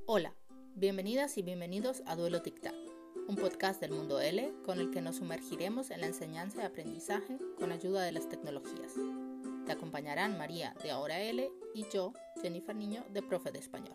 Hola, bienvenidas y bienvenidos a Duelo Tic-Tac, un podcast del mundo L con el que nos sumergiremos en la enseñanza y aprendizaje con ayuda de las tecnologías. Te acompañarán María de Ahora L y yo, Jennifer Niño, de Profe de Español.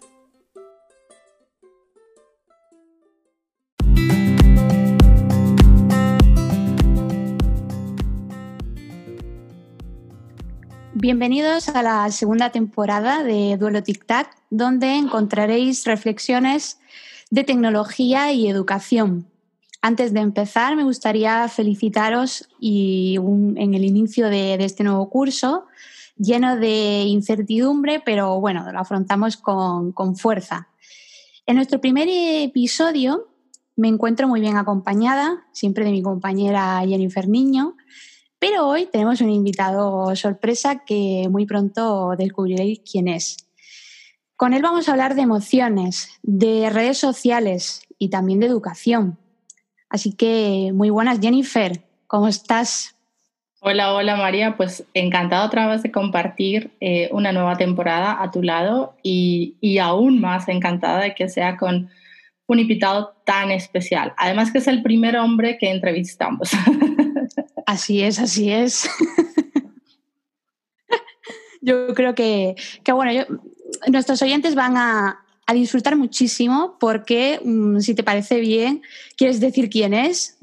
Bienvenidos a la segunda temporada de Duelo Tic-Tac, donde encontraréis reflexiones de tecnología y educación. Antes de empezar, me gustaría felicitaros en el inicio de este nuevo curso, lleno de incertidumbre, pero bueno, lo afrontamos con fuerza. En nuestro primer episodio me encuentro muy bien acompañada, siempre de mi compañera Jennifer Niño, pero hoy tenemos un invitado sorpresa que muy pronto descubriréis quién es. Con él vamos a hablar de emociones, de redes sociales y también de educación. Así que muy buenas, Jennifer, ¿cómo estás? Hola María, pues encantada otra vez de compartir una nueva temporada a tu lado y aún más encantada de que sea con un invitado tan especial. Además que es el primer hombre que entrevistamos. Así es. Yo creo que bueno, nuestros oyentes van a disfrutar muchísimo porque, si te parece bien, ¿quieres decir quién es?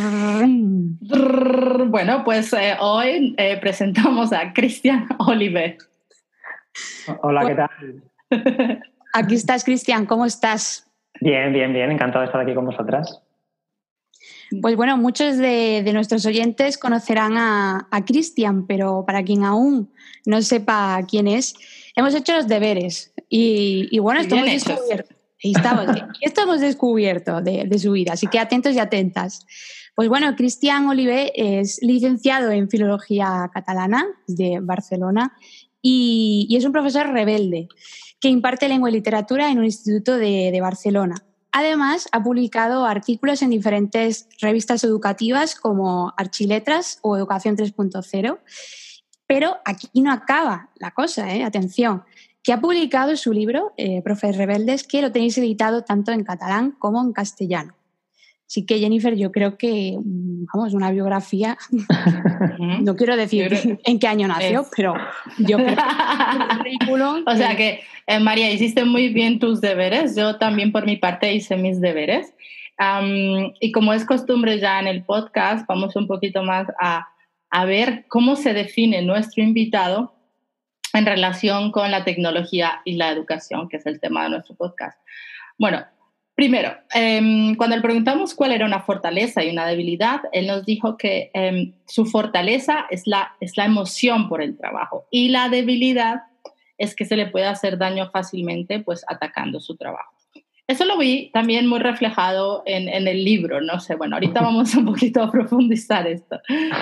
Bueno, pues hoy presentamos a Cristian Oliver. Hola, ¿qué tal? Aquí estás, Cristian, ¿cómo estás? Bien, encantado de estar aquí con vosotras. Pues bueno, muchos de nuestros oyentes conocerán a Cristian, pero para quien aún no sepa quién es, hemos hecho los deberes y bueno, esto hemos descubierto de su vida, así que atentos y atentas. Pues bueno, Cristian Oliver es licenciado en Filología Catalana de Barcelona y es un profesor rebelde que imparte lengua y literatura en un instituto de Barcelona. Además, ha publicado artículos en diferentes revistas educativas como Archiletras o Educación 3.0, pero aquí no acaba la cosa, atención, que ha publicado su libro, Profes Rebeldes, que lo tenéis editado tanto en catalán como en castellano. Así que, Jennifer, yo creo que, una biografía, no quiero decir en qué año nació, pero yo creo que un currículum... O sea que, María, hiciste muy bien tus deberes. Yo también, por mi parte, hice mis deberes. Y como es costumbre ya en el podcast, vamos un poquito más a ver cómo se define nuestro invitado en relación con la tecnología y la educación, que es el tema de nuestro podcast. Bueno, primero, cuando le preguntamos cuál era una fortaleza y una debilidad, él nos dijo que su fortaleza es la emoción por el trabajo y la debilidad es que se le puede hacer daño fácilmente pues atacando su trabajo. Eso lo vi también muy reflejado en el libro, no sé, bueno, ahorita vamos un poquito a profundizar esto.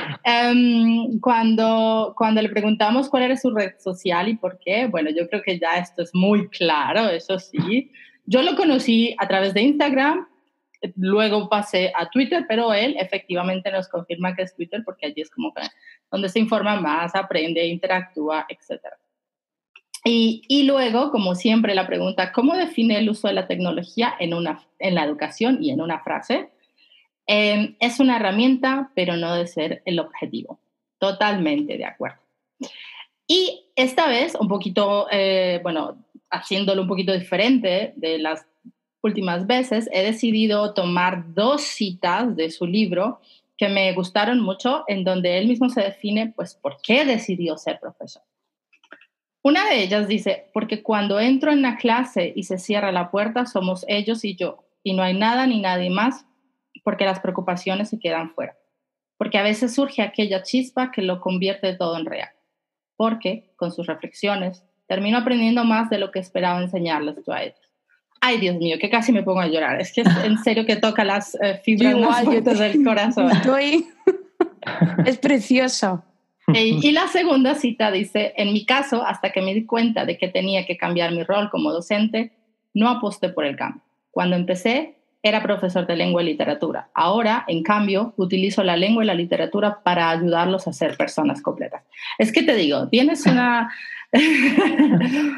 Cuando le preguntamos cuál era su red social y por qué, bueno, yo creo que ya esto es muy claro, eso sí. Yo lo conocí a través de Instagram, luego pasé a Twitter, pero él efectivamente nos confirma que es Twitter porque allí es como que donde se informa más, aprende, interactúa, etc. Y luego, como siempre, la pregunta, ¿cómo define el uso de la tecnología en la educación y en una frase? Es una herramienta, pero no debe ser el objetivo. Totalmente de acuerdo. Y esta vez, un poquito, haciéndolo un poquito diferente de las últimas veces, he decidido tomar 2 citas de su libro que me gustaron mucho, en donde él mismo se define, pues, por qué decidió ser profesor. Una de ellas dice, porque cuando entro en la clase y se cierra la puerta, somos ellos y yo, y no hay nada ni nadie más, porque las preocupaciones se quedan fuera. Porque a veces surge aquella chispa que lo convierte todo en real. Porque, con sus reflexiones, termino aprendiendo más de lo que esperaba enseñarles yo a ellos. Ay, Dios mío, que casi me pongo a llorar. Es que es en serio que toca las fibras más fuertes del corazón. Es precioso. Y la segunda cita dice, en mi caso, hasta que me di cuenta de que tenía que cambiar mi rol como docente, no aposté por el cambio. Cuando empecé, era profesor de lengua y literatura. Ahora, en cambio, utilizo la lengua y la literatura para ayudarlos a ser personas completas. Es que te digo, tienes una...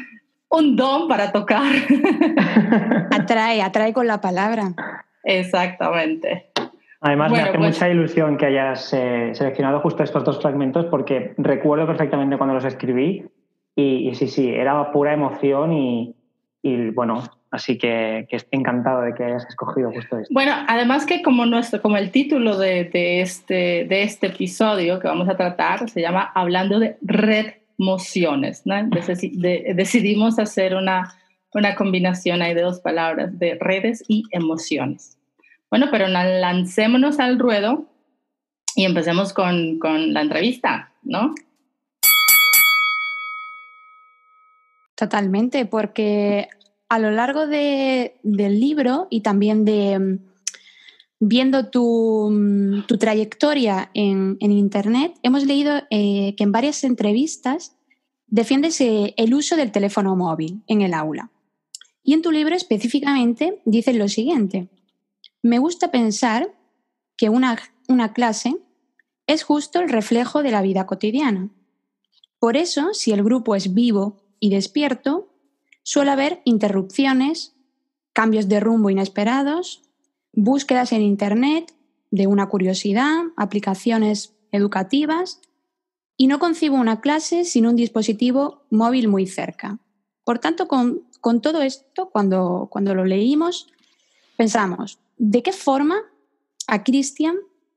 un don para tocar. Atrae con la palabra. Exactamente. Además, me hace mucha ilusión que hayas seleccionado justo estos dos fragmentos porque recuerdo perfectamente cuando los escribí y sí, era pura emoción y bueno, así que estoy encantado de que hayas escogido justo esto. Bueno, además que como el título de este episodio que vamos a tratar se llama Hablando de Redmociones, ¿no? Decidimos hacer una combinación ahí de dos palabras, de redes y emociones. Bueno, pero lancémonos al ruedo y empecemos con la entrevista, ¿no? Totalmente, porque a lo largo del libro y también viendo tu trayectoria en Internet, hemos leído que en varias entrevistas defiendes el uso del teléfono móvil en el aula. Y en tu libro específicamente dices lo siguiente: me gusta pensar que una clase es justo el reflejo de la vida cotidiana. Por eso, si el grupo es vivo y despierto, suele haber interrupciones, cambios de rumbo inesperados, búsquedas en Internet de una curiosidad, aplicaciones educativas, y no concibo una clase sin un dispositivo móvil muy cerca. Por tanto, con todo esto, cuando lo leímos, pensamos, ¿de qué forma a Cristian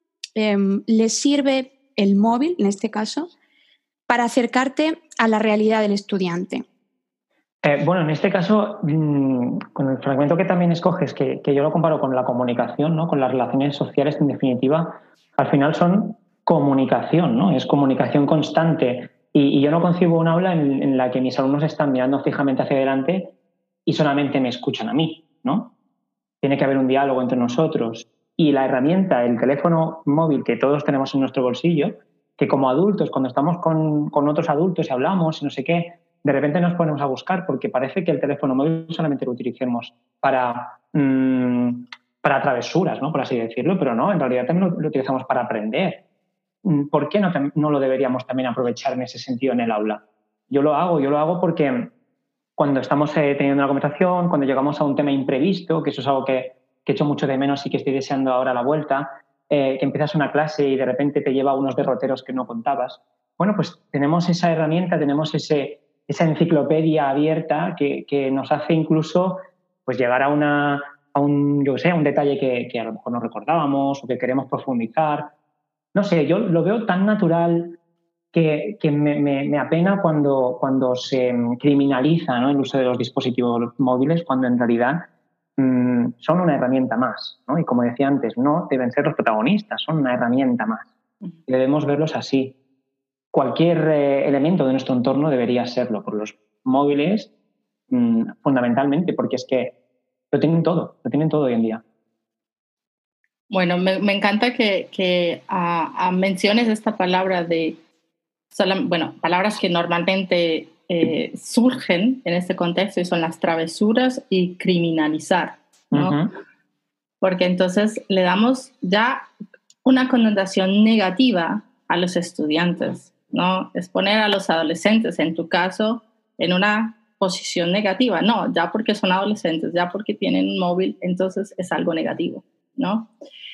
le sirve el móvil, en este caso, para acercarte a la realidad del estudiante? Bueno, en este caso, con el fragmento que también escoges, que yo lo comparo con la comunicación, ¿no? Con las relaciones sociales, en definitiva, al final son comunicación, ¿no? Es comunicación constante. Y yo no concibo un aula en la que mis alumnos están mirando fijamente hacia adelante y solamente me escuchan a mí, ¿no? Tiene que haber un diálogo entre nosotros. Y la herramienta, el teléfono móvil que todos tenemos en nuestro bolsillo, que como adultos, cuando estamos con otros adultos y hablamos y no sé qué, de repente nos ponemos a buscar porque parece que el teléfono móvil solamente lo utilicemos para travesuras, ¿no? Por así decirlo, pero no, en realidad también lo utilizamos para aprender. ¿Por qué no lo deberíamos también aprovechar en ese sentido en el aula? Yo lo hago porque cuando estamos teniendo una conversación, cuando llegamos a un tema imprevisto, que eso es algo que echo mucho de menos y que estoy deseando ahora a la vuelta, que empiezas una clase y de repente te lleva a unos derroteros que no contabas. Bueno, pues tenemos esa herramienta, tenemos esa enciclopedia abierta que nos hace incluso pues llegar a un detalle que a lo mejor no recordábamos o que queremos profundizar. No sé, yo lo veo tan natural que me apena cuando se criminaliza, ¿no? El uso de los dispositivos móviles, cuando en realidad son una herramienta más, ¿no? Y como decía antes, no deben ser los protagonistas, son una herramienta más. Y debemos verlos así. Cualquier elemento de nuestro entorno debería serlo, por los móviles fundamentalmente, porque es que lo tienen todo hoy en día. Bueno, me encanta que menciones esta palabra palabras que normalmente surgen en este contexto y son las travesuras y criminalizar, ¿no? Uh-huh. Porque entonces le damos ya una connotación negativa a los estudiantes, ¿no? Es poner a los adolescentes, en tu caso, en una posición negativa. No, ya porque son adolescentes, ya porque tienen un móvil, entonces es algo negativo, ¿no?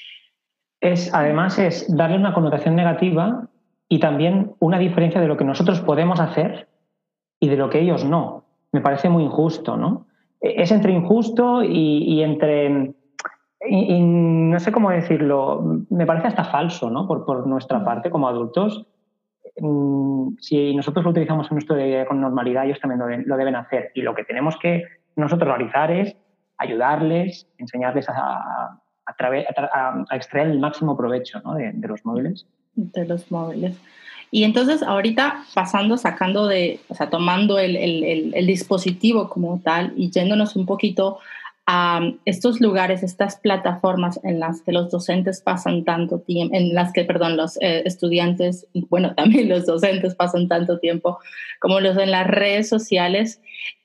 Además es darle una connotación negativa y también una diferencia de lo que nosotros podemos hacer y de lo que ellos no. Me parece muy injusto, ¿no? Es entre injusto y entre... Y no sé cómo decirlo, me parece hasta falso, ¿no? Por nuestra parte, como adultos. Si nosotros lo utilizamos en nuestro día a día con normalidad, ellos también lo deben hacer. Y lo que tenemos que nosotros realizar es ayudarles, enseñarles a extraer el máximo provecho, ¿no? de los móviles. De los móviles. Y entonces ahorita tomando el dispositivo como tal y yéndonos un poquito a estos lugares, estas plataformas en las que los docentes pasan tanto tiempo, en las que, los estudiantes, y bueno, también los docentes pasan tanto tiempo, como los en las redes sociales,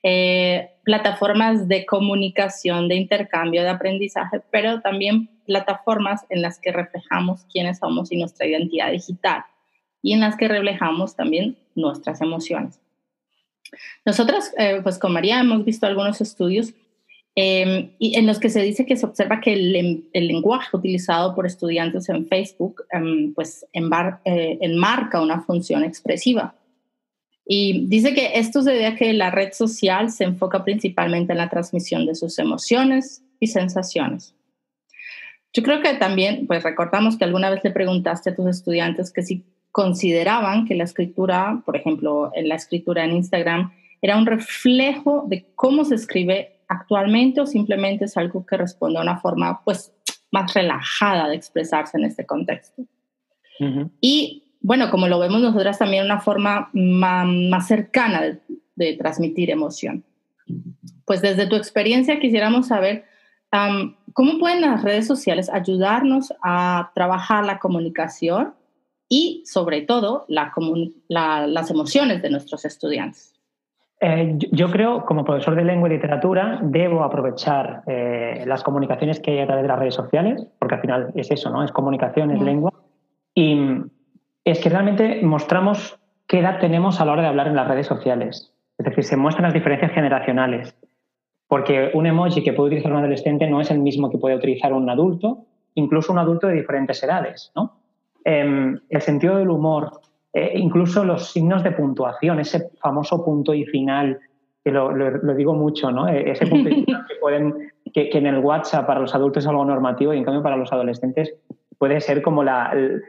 plataformas de comunicación, de intercambio, de aprendizaje, pero también plataformas en las que reflejamos quiénes somos y nuestra identidad digital, y en las que reflejamos también nuestras emociones. Nosotras, pues con María hemos visto algunos estudios y en los que se dice que se observa que el lenguaje utilizado por estudiantes en Facebook pues enmarca una función expresiva. Y dice que esto se debe a que la red social se enfoca principalmente en la transmisión de sus emociones y sensaciones. Yo creo que también, pues recordamos que alguna vez le preguntaste a tus estudiantes que si consideraban que la escritura, por ejemplo, la escritura en Instagram, era un reflejo de cómo se escribe actualmente o simplemente es algo que responde a una forma pues, más relajada de expresarse en este contexto. Uh-huh. Y bueno, como lo vemos nosotras también una forma más cercana de transmitir emoción. Pues desde tu experiencia quisiéramos saber cómo pueden las redes sociales ayudarnos a trabajar la comunicación y sobre todo las emociones de nuestros estudiantes. Yo creo, como profesor de lengua y literatura, debo aprovechar las comunicaciones que hay a través de las redes sociales, porque al final es eso, ¿no? Es comunicación, es lengua. Y es que realmente mostramos qué edad tenemos a la hora de hablar en las redes sociales. Es decir, se muestran las diferencias generacionales. Porque un emoji que puede utilizar un adolescente no es el mismo que puede utilizar un adulto, incluso un adulto de diferentes edades, ¿no? El sentido del humor, incluso los signos de puntuación, ese famoso punto y final, que lo digo mucho, ¿no? Ese punto y final que en el WhatsApp para los adultos es algo normativo y en cambio para los adolescentes puede ser como la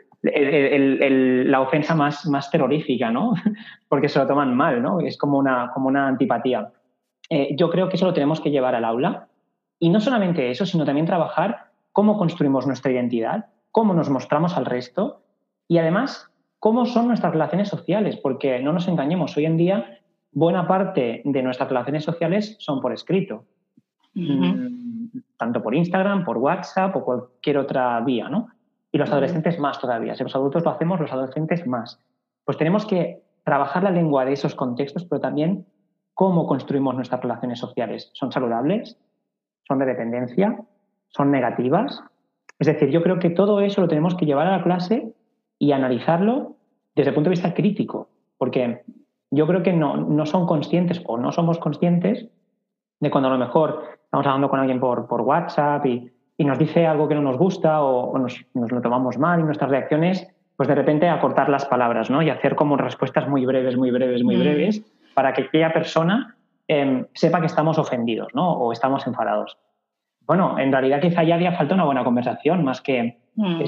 ofensa más terrorífica, ¿no? Porque se lo toman mal, ¿no? Es como una antipatía. Yo creo que eso lo tenemos que llevar al aula y no solamente eso, sino también trabajar cómo construimos nuestra identidad, cómo nos mostramos al resto y además cómo son nuestras relaciones sociales, porque no nos engañemos, hoy en día buena parte de nuestras relaciones sociales son por escrito, tanto por Instagram, por WhatsApp o cualquier otra vía, ¿no? Y los adolescentes más todavía, si los adultos lo hacemos, los adolescentes más. Pues tenemos que trabajar la lengua de esos contextos, pero también cómo construimos nuestras relaciones sociales. ¿Son saludables? ¿Son de dependencia? ¿Son negativas? Es decir, yo creo que todo eso lo tenemos que llevar a la clase y analizarlo desde el punto de vista crítico, porque yo creo que no son conscientes o no somos conscientes de cuando a lo mejor estamos hablando con alguien por WhatsApp y nos dice algo que no nos gusta o nos lo tomamos mal y nuestras reacciones, pues de repente acortar las palabras, ¿no? Y hacer como respuestas muy breves, para que aquella persona sepa que estamos ofendidos, ¿no? O estamos enfadados. Bueno, en realidad quizá ya haría falta una buena conversación más que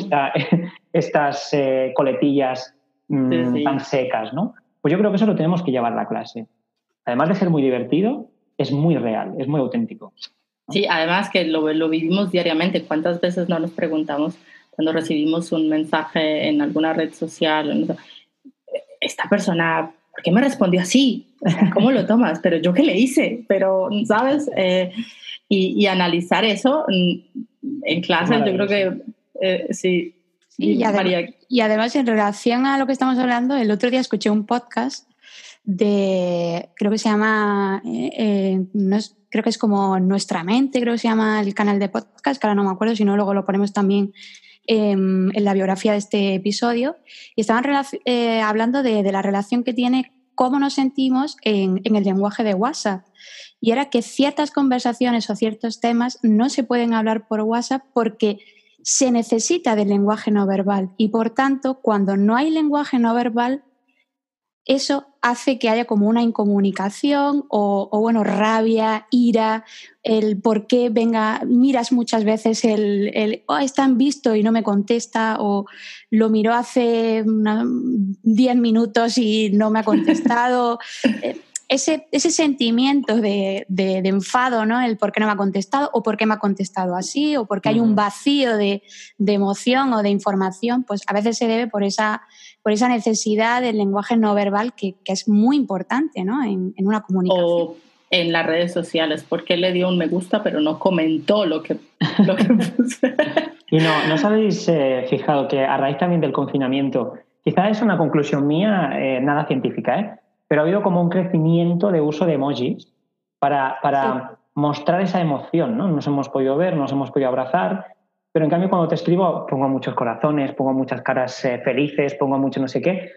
estas coletillas tan secas, ¿no? Pues yo creo que eso lo tenemos que llevar a la clase. Además de ser muy divertido, es muy real, es muy auténtico, ¿no? Sí, además que lo vivimos diariamente. ¿Cuántas veces no nos preguntamos cuando recibimos un mensaje en alguna red social? Esta persona, ¿por qué me respondió así? O sea, ¿cómo lo tomas? Pero yo qué le hice, pero, ¿sabes? Y analizar eso en clase, yo creo que sí. Sí, y además, en relación a lo que estamos hablando, el otro día escuché un podcast creo que se llama, creo que es como Nuestra Mente, creo que se llama el canal de podcast, que ahora no me acuerdo, si no luego lo ponemos también en la biografía de este episodio, y estaban hablando de la relación que tiene cómo nos sentimos en el lenguaje de WhatsApp. Y era que ciertas conversaciones o ciertos temas no se pueden hablar por WhatsApp porque se necesita del lenguaje no verbal y, por tanto, cuando no hay lenguaje no verbal, eso hace que haya como una incomunicación o bueno, rabia, ira, el por qué miras muchas veces está en visto y no me contesta, o lo miró hace 10 minutos y no me ha contestado. Ese sentimiento de enfado, ¿no? El por qué no me ha contestado o por qué me ha contestado así o porque hay un vacío de emoción o de información, pues a veces se debe por esa necesidad del lenguaje no verbal que es muy importante, ¿no? en una comunicación. O en las redes sociales, porque le dio un me gusta pero no comentó lo que puse. Y no os habéis fijado que a raíz también del confinamiento, quizás es una conclusión mía, nada científica, pero ha habido como un crecimiento de uso de emojis para mostrar esa emoción, ¿no? Nos hemos podido ver, nos hemos podido abrazar, pero en cambio cuando te escribo pongo muchos corazones, pongo muchas caras felices, pongo mucho no sé qué.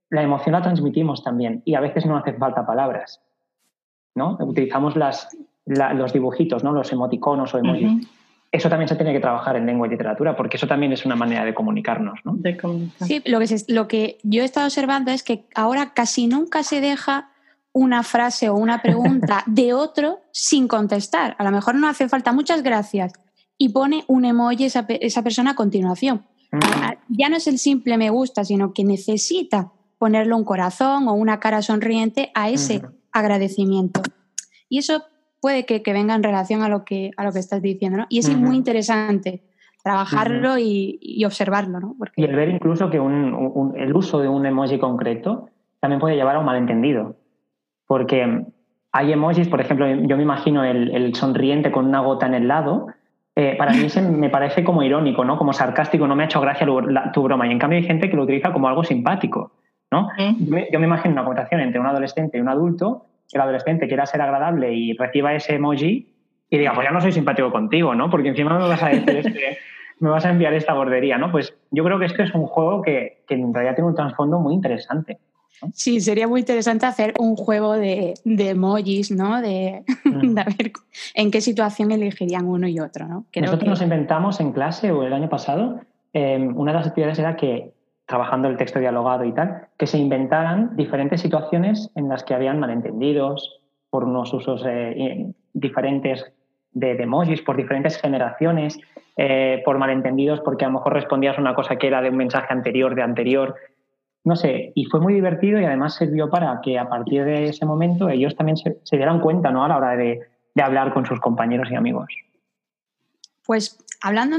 la emoción la transmitimos también y a veces no hacen falta palabras, ¿no? Utilizamos los dibujitos, ¿no? Los emoticonos o emojis. Ujú. Eso también se tiene que trabajar en lengua y literatura porque eso también es una manera de comunicarnos, ¿no? De comunicar. Sí, lo que yo he estado observando es que ahora casi nunca se deja una frase o una pregunta de otro sin contestar. A lo mejor no hace falta muchas gracias y pone un emoji esa persona a continuación. Ya no es el simple me gusta, sino que necesita ponerle un corazón o una cara sonriente a ese agradecimiento. Y eso puede que venga en relación a lo que estás diciendo, ¿no? Y es muy interesante trabajarlo y observarlo, ¿no? Porque... Y el ver incluso que el uso de un emoji concreto también puede llevar a un malentendido. Porque hay emojis, por ejemplo, yo me imagino el sonriente con una gota en el lado. Para mí me parece como irónico, ¿no? Como sarcástico, no me ha hecho gracia tu broma. Y en cambio hay gente que lo utiliza como algo simpático, ¿no? Yo me imagino una conversación entre un adolescente y un adulto, que el adolescente quiera ser agradable y reciba ese emoji y diga, pues ya no soy simpático contigo, ¿no? Porque encima me vas a decir me vas a enviar esta bordería, ¿no? Pues yo creo que este es un juego que en realidad tiene un trasfondo muy interesante. Sí, sería muy interesante hacer un juego de emojis, ¿no? De ver en qué situación elegirían uno y otro, ¿no? Nosotros nos inventamos en clase, o el año pasado, una de las actividades era que, trabajando el texto dialogado y tal, que se inventaran diferentes situaciones en las que habían malentendidos por unos usos diferentes de emojis, por diferentes generaciones, por malentendidos porque a lo mejor respondías una cosa que era de un mensaje anterior. No sé, y fue muy divertido y además sirvió para que a partir de ese momento ellos también se dieran cuenta, ¿no? A la hora de hablar con sus compañeros y amigos. Pues hablando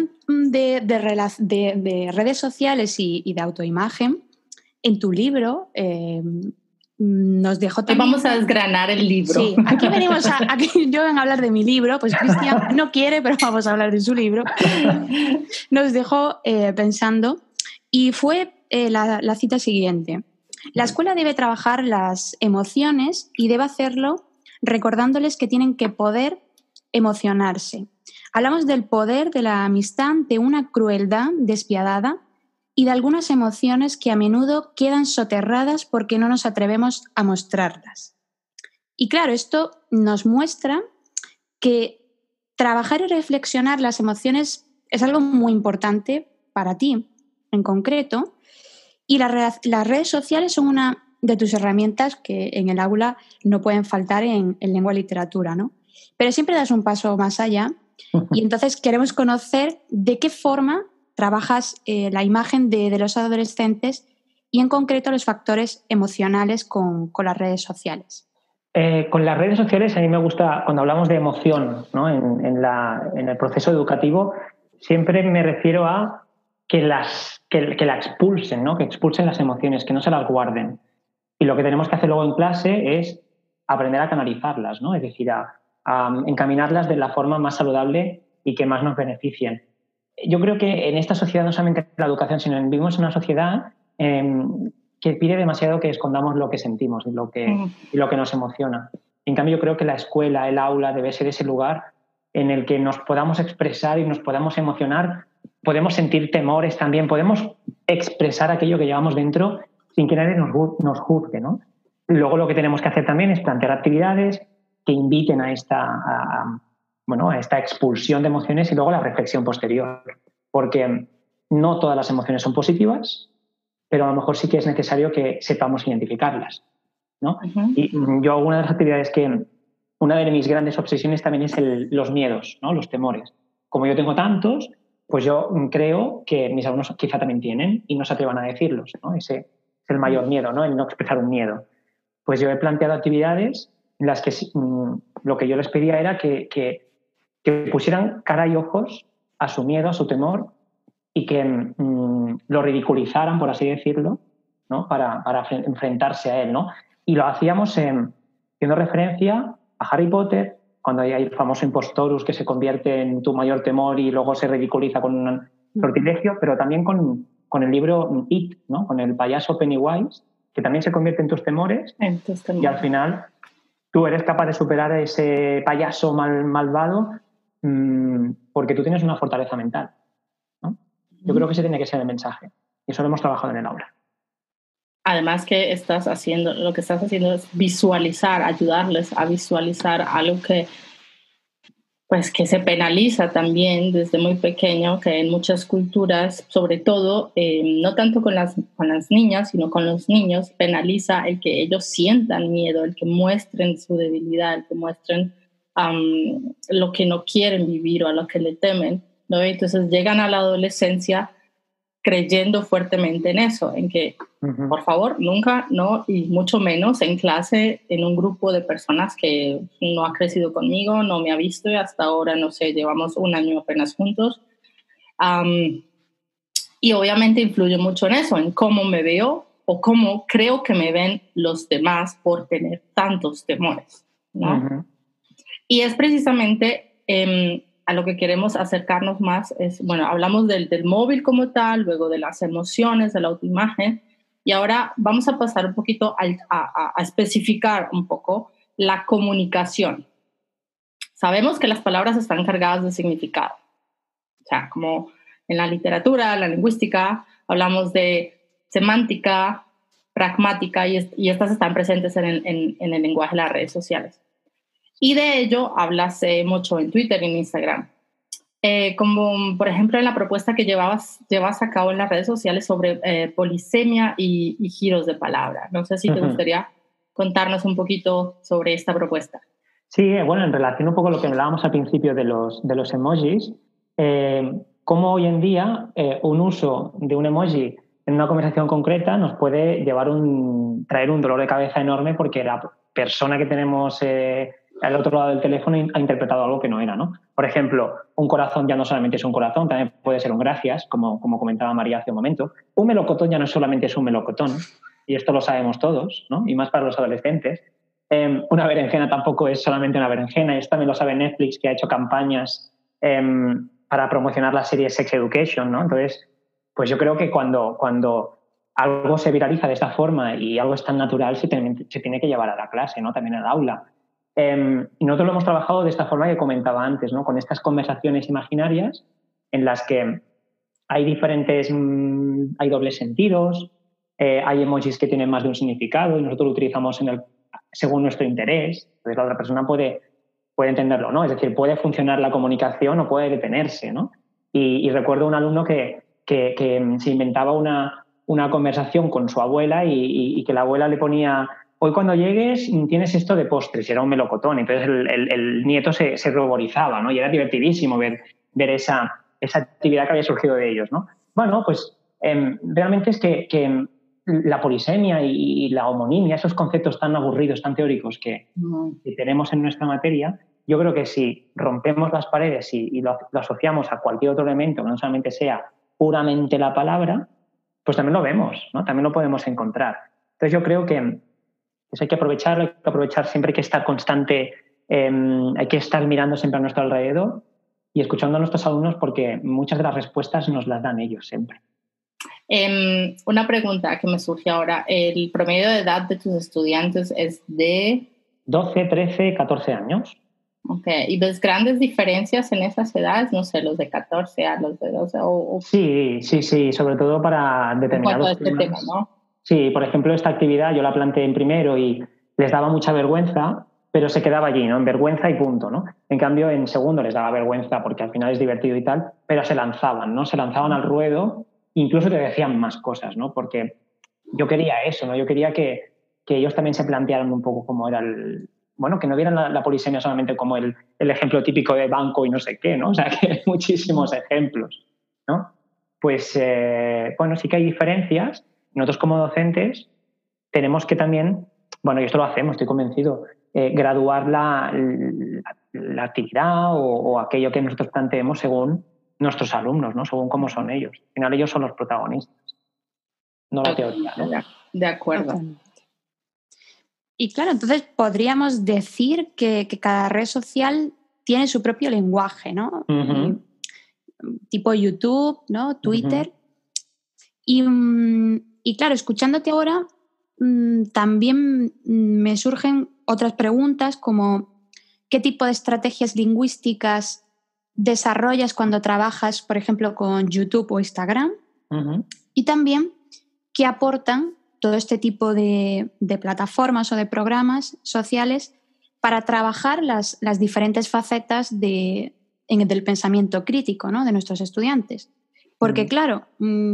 de redes sociales y de autoimagen, en tu libro nos dejó también... Vamos a desgranar el libro. Sí, aquí yo vengo a hablar de mi libro, pues Cristian no quiere, pero vamos a hablar de su libro. Nos dejó pensando y fue la cita siguiente. La escuela debe trabajar las emociones y debe hacerlo recordándoles que tienen que poder emocionarse. Hablamos del poder de la amistad ante una crueldad despiadada y de algunas emociones que a menudo quedan soterradas porque no nos atrevemos a mostrarlas. Y claro, esto nos muestra que trabajar y reflexionar las emociones es algo muy importante para ti en concreto, y las redes sociales son una de tus herramientas que en el aula no pueden faltar en lengua y literatura, ¿no? Pero siempre das un paso más allá y entonces queremos conocer de qué forma trabajas la imagen de los adolescentes y en concreto los factores emocionales con las redes sociales. Con las redes sociales a mí me gusta, cuando hablamos de emoción, ¿no? en el proceso educativo, siempre me refiero a que la expulsen, ¿no? Que expulsen las emociones, que no se las guarden. Y lo que tenemos que hacer luego en clase es aprender a canalizarlas, ¿no? Es decir, a encaminarlas de la forma más saludable y que más nos beneficien. Yo creo que en esta sociedad, no solamente la educación, sino vivimos en una sociedad que pide demasiado que escondamos lo que sentimos y lo que nos emociona. En cambio, yo creo que la escuela, el aula, debe ser ese lugar en el que nos podamos expresar y nos podamos emocionar, podemos sentir temores también, podemos expresar aquello que llevamos dentro sin que nadie nos juzgue, ¿no? Luego lo que tenemos que hacer también es plantear actividades que inviten a esta expulsión de emociones y luego la reflexión posterior, porque no todas las emociones son positivas, pero a lo mejor sí que es necesario que sepamos identificarlas, ¿no? Y yo hago una de las actividades una de mis grandes obsesiones también es los miedos, ¿no? Los temores. Como yo tengo tantos, pues yo creo que mis alumnos quizá también tienen y no se atrevan a decirlos, ¿no? Ese es el mayor miedo, ¿no? El no expresar un miedo. Pues yo he planteado actividades en las que lo que yo les pedía era que pusieran cara y ojos a su miedo, a su temor, y que lo ridiculizaran, por así decirlo, ¿no? para enfrentarse a él, ¿no? Y lo hacíamos haciendo referencia a Harry Potter, cuando hay el famoso Impostorus que se convierte en tu mayor temor y luego se ridiculiza con un sortilegio, pero también con el libro It, ¿no? Con el payaso Pennywise, que también se convierte en tus temores. Y al final tú eres capaz de superar a ese payaso malvado porque tú tienes una fortaleza mental, ¿no? Yo creo que ese tiene que ser el mensaje. Y eso lo hemos trabajado en el aula. además que lo que estás haciendo es visualizar, ayudarles a visualizar algo que se penaliza también desde muy pequeño, que en muchas culturas, sobre todo, no tanto con las niñas, sino con los niños, penaliza el que ellos sientan miedo, el que muestren su debilidad, el que muestren lo que no quieren vivir o a lo que le temen, ¿no? Entonces llegan a la adolescencia creyendo fuertemente en eso, en que, por favor, nunca, no, y mucho menos en clase, en un grupo de personas que no ha crecido conmigo, no me ha visto y hasta ahora, no sé, llevamos un año apenas juntos. Y obviamente influye mucho en eso, en cómo me veo o cómo creo que me ven los demás por tener tantos temores, ¿no? Y es precisamente a lo que queremos acercarnos más. Hablamos del móvil como tal, luego de las emociones, de la autoimagen, y ahora vamos a pasar un poquito a especificar un poco la comunicación. Sabemos que las palabras están cargadas de significado. O sea, como en la literatura, la lingüística, hablamos de semántica, pragmática, y estas están presentes en el lenguaje de las redes sociales. Y de ello hablas mucho en Twitter y en Instagram. Como, por ejemplo, en la propuesta que llevas a cabo en las redes sociales sobre polisemia y giros de palabra. No sé si te gustaría contarnos un poquito sobre esta propuesta. Sí, bueno, en relación un poco a lo que hablábamos al principio de los emojis, cómo hoy en día un uso de un emoji en una conversación concreta nos puede traer un dolor de cabeza enorme porque la persona que tenemos al otro lado del teléfono ha interpretado algo que no era, ¿no? Por ejemplo, un corazón ya no solamente es un corazón, también puede ser un gracias, como comentaba María hace un momento. Un melocotón ya no solamente es un melocotón, y esto lo sabemos todos, ¿no? Y más para los adolescentes. Una berenjena tampoco es solamente una berenjena, y esto también lo sabe Netflix, que ha hecho campañas para promocionar la serie Sex Education, ¿no? Entonces, pues yo creo que cuando algo se viraliza de esta forma y algo es tan natural, se tiene que llevar a la clase, ¿no? También al aula. Y nosotros lo hemos trabajado de esta forma que comentaba antes, ¿no? Con estas conversaciones imaginarias en las que hay hay dobles sentidos, hay emojis que tienen más de un significado y nosotros lo utilizamos según nuestro interés. Entonces la otra persona puede entenderlo, ¿no? Es decir, puede funcionar la comunicación o puede detenerse, ¿no? Y recuerdo un alumno que se inventaba una conversación con su abuela y que la abuela le ponía: hoy cuando llegues tienes esto de postres, y era un melocotón. Entonces el nieto se ruborizaba, ¿no? Y era divertidísimo ver esa actividad que había surgido de ellos, ¿no? Bueno, pues realmente es que la polisemia y la homonimia, esos conceptos tan aburridos, tan teóricos que tenemos en nuestra materia, yo creo que si rompemos las paredes y lo asociamos a cualquier otro elemento, que no solamente sea puramente la palabra, pues también lo vemos, ¿no? También lo podemos encontrar. Entonces yo creo que eso hay que aprovechar siempre, hay que estar constante, hay que estar mirando siempre a nuestro alrededor y escuchando a nuestros alumnos, porque muchas de las respuestas nos las dan ellos siempre. Una pregunta que me surge ahora: ¿el promedio de edad de tus estudiantes es de 12, 13, 14 años? Ok, ¿y ves grandes diferencias en esas edades? No sé, los de 14 a los de 12 Sí, sobre todo para determinados temas. Tema, ¿no? Sí, por ejemplo, esta actividad yo la planteé en primero y les daba mucha vergüenza, pero se quedaba allí, ¿no? En vergüenza y punto, ¿no? En cambio, en segundo les daba vergüenza porque al final es divertido y tal, pero se lanzaban, ¿no? Se lanzaban al ruedo, incluso te decían más cosas, ¿no? Porque yo quería eso, ¿no? Yo quería que ellos también se plantearan un poco cómo era que no vieran la polisemia solamente como el ejemplo típico de banco y no sé qué, ¿no? O sea, que hay muchísimos ejemplos, ¿no? Pues, sí que hay diferencias. Nosotros como docentes tenemos que también, y esto lo hacemos, estoy convencido, graduar la actividad o aquello que nosotros planteemos según nuestros alumnos, ¿no? Según cómo son ellos. Al final ellos son los protagonistas, no la teoría, ¿no? De acuerdo. Totalmente. Y claro, entonces podríamos decir que cada red social tiene su propio lenguaje, ¿no? Uh-huh. Tipo YouTube, ¿no? Twitter. Uh-huh. Y claro, escuchándote ahora, también me surgen otras preguntas como: ¿qué tipo de estrategias lingüísticas desarrollas cuando trabajas, por ejemplo, con YouTube o Instagram? Uh-huh. Y también, ¿qué aportan todo este tipo de plataformas o de programas sociales para trabajar las diferentes facetas del pensamiento crítico, ¿no?, de nuestros estudiantes. Porque, claro,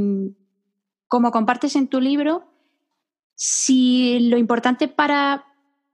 como compartes en tu libro, si lo importante para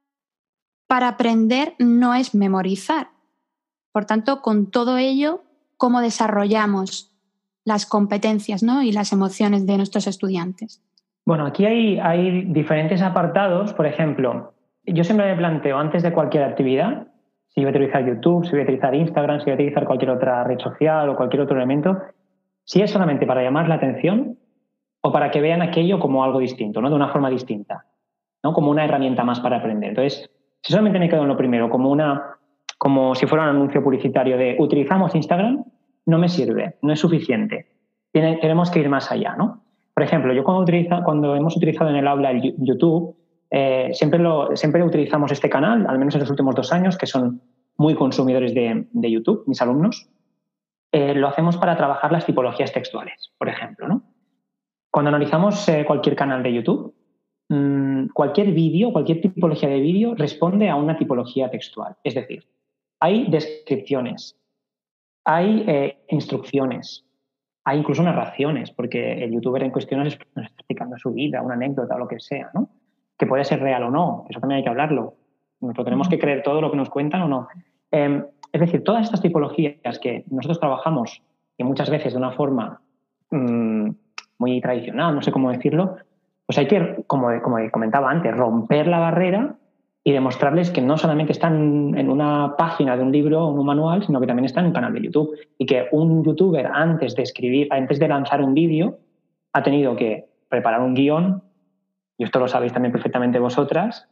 aprender no es memorizar. Por tanto, con todo ello, ¿cómo desarrollamos las competencias, ¿no?, y las emociones de nuestros estudiantes? Bueno, aquí hay diferentes apartados. Por ejemplo, yo siempre me planteo antes de cualquier actividad, si voy a utilizar YouTube, si voy a utilizar Instagram, si voy a utilizar cualquier otra red social o cualquier otro elemento, si es solamente para llamar la atención o para que vean aquello como algo distinto, ¿no?, de una forma distinta, ¿no?, como una herramienta más para aprender. Entonces, si solamente me quedo en lo primero, como si fuera un anuncio publicitario de utilizamos Instagram, no me sirve, no es suficiente. Tenemos que ir más allá, ¿no? Por ejemplo, yo cuando hemos utilizado en el aula el YouTube, siempre utilizamos este canal, al menos en los últimos 2 años, que son muy consumidores de YouTube, mis alumnos. Lo hacemos para trabajar las tipologías textuales, por ejemplo, ¿no? Cuando analizamos cualquier canal de YouTube, cualquier vídeo, cualquier tipología de vídeo responde a una tipología textual. Es decir, hay descripciones, hay instrucciones, hay incluso narraciones, porque el youtuber en cuestión nos está explicando su vida, una anécdota o lo que sea, ¿no? Que puede ser real o no, eso también hay que hablarlo. ¿Nosotros tenemos que creer todo lo que nos cuentan o no? Es decir, todas estas tipologías que nosotros trabajamos, y muchas veces de una forma muy tradicional, no sé cómo decirlo, pues hay que, como comentaba antes, romper la barrera y demostrarles que no solamente están en una página de un libro o un manual, sino que también están en un canal de YouTube. Y que un youtuber, antes de lanzar un vídeo, ha tenido que preparar un guión, y esto lo sabéis también perfectamente vosotras,